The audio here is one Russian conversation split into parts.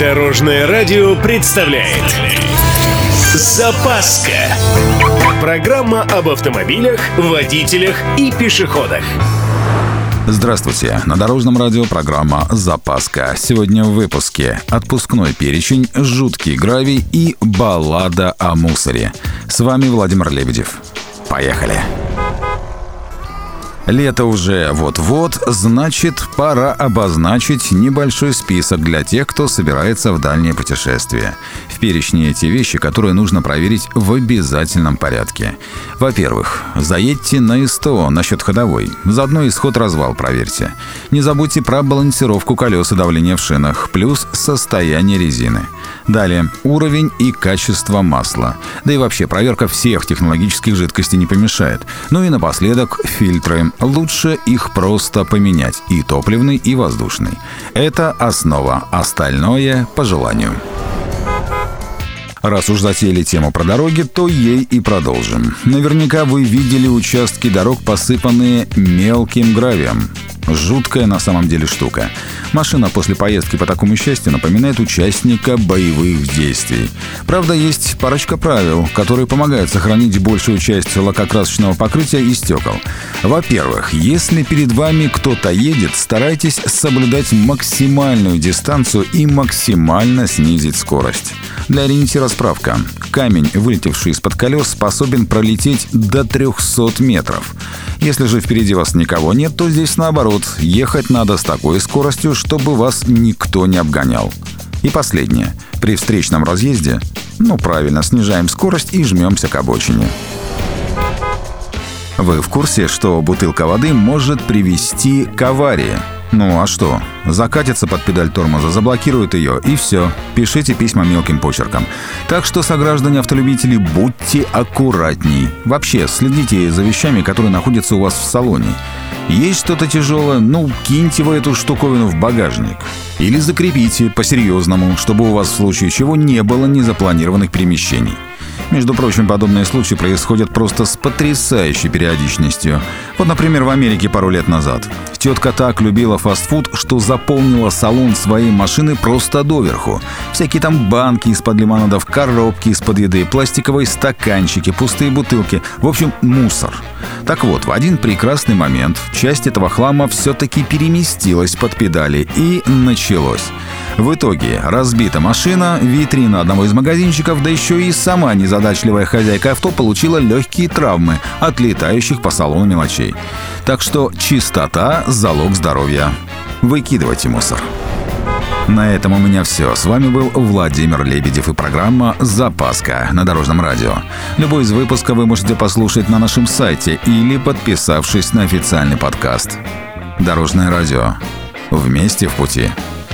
Дорожное радио представляет Запаска. Программа об автомобилях, водителях и пешеходах. Здравствуйте! На Дорожном радио программа «Запаска». Сегодня в выпуске отпускной перечень, жуткий гравий и баллада о мусоре. С вами Владимир Лебедев. Поехали! Лето уже вот-вот, значит, пора обозначить небольшой список для тех, кто собирается в дальнее путешествие. В перечне те вещи, которые нужно проверить в обязательном порядке. Во-первых, заедьте на СТО насчет ходовой. Заодно исход-развал проверьте. Не забудьте про балансировку колес и давление в шинах, плюс состояние резины. Далее, уровень и качество масла. Да и вообще, проверка всех технологических жидкостей не помешает. Ну и напоследок, фильтры. Лучше их просто поменять, и топливный, и воздушный. Это основа, остальное по желанию. Раз уж затеяли тему про дороги, то ей и продолжим. Наверняка вы видели участки дорог, посыпанные мелким гравием. Жуткая на самом деле штука. Машина после поездки по такому счастью напоминает участника боевых действий. Правда, есть парочка правил, которые помогают сохранить большую часть лакокрасочного покрытия и стекол. Во-первых, если перед вами кто-то едет, старайтесь соблюдать максимальную дистанцию и максимально снизить скорость. Для ориентира справка. Камень, вылетевший из-под колес, способен пролететь до 300 метров. Если же впереди вас никого нет, то здесь наоборот. Ехать надо с такой скоростью, чтобы вас никто не обгонял. И последнее. При встречном разъезде, правильно, снижаем скорость и жмемся к обочине. Вы в курсе, что бутылка воды может привести к аварии? Ну а что? Закатится под педаль тормоза, заблокирует ее, и все. Пишите письма мелким почерком. Так что, сограждане-автолюбители, будьте аккуратней. Вообще, следите за вещами, которые находятся у вас в салоне. Есть что-то тяжелое? Киньте вы эту штуковину в багажник. Или закрепите по-серьезному, чтобы у вас в случае чего не было незапланированных перемещений. Между прочим, подобные случаи происходят просто с потрясающей периодичностью. Вот, например, в Америке пару лет назад. Тетка так любила фастфуд, что заполнила салон своей машины просто доверху. Всякие там банки из-под лимонадов, коробки из-под еды, пластиковые стаканчики, пустые бутылки. В общем, мусор. Так вот, в один прекрасный момент часть этого хлама все-таки переместилась под педали, и началось. В итоге разбита машина, витрина одного из магазинчиков, да еще и сама незадачливая хозяйка авто получила легкие травмы от летающих по салону мелочей. Так что чистота – залог здоровья. Выкидывайте мусор. На этом у меня все. С вами был Владимир Лебедев и программа «Запаска» на Дорожном радио. Любой из выпусков вы можете послушать на нашем сайте или подписавшись на официальный подкаст. Дорожное радио. Вместе в пути.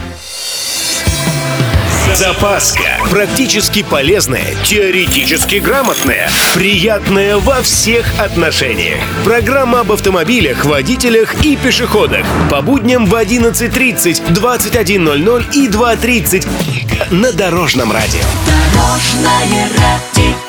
Запаска. Практически полезная, теоретически грамотная, приятная во всех отношениях. Программа об автомобилях, водителях и пешеходах. По будням в 11:30, 21:00 и 2:30 на Дорожном радио. Дорожное радио.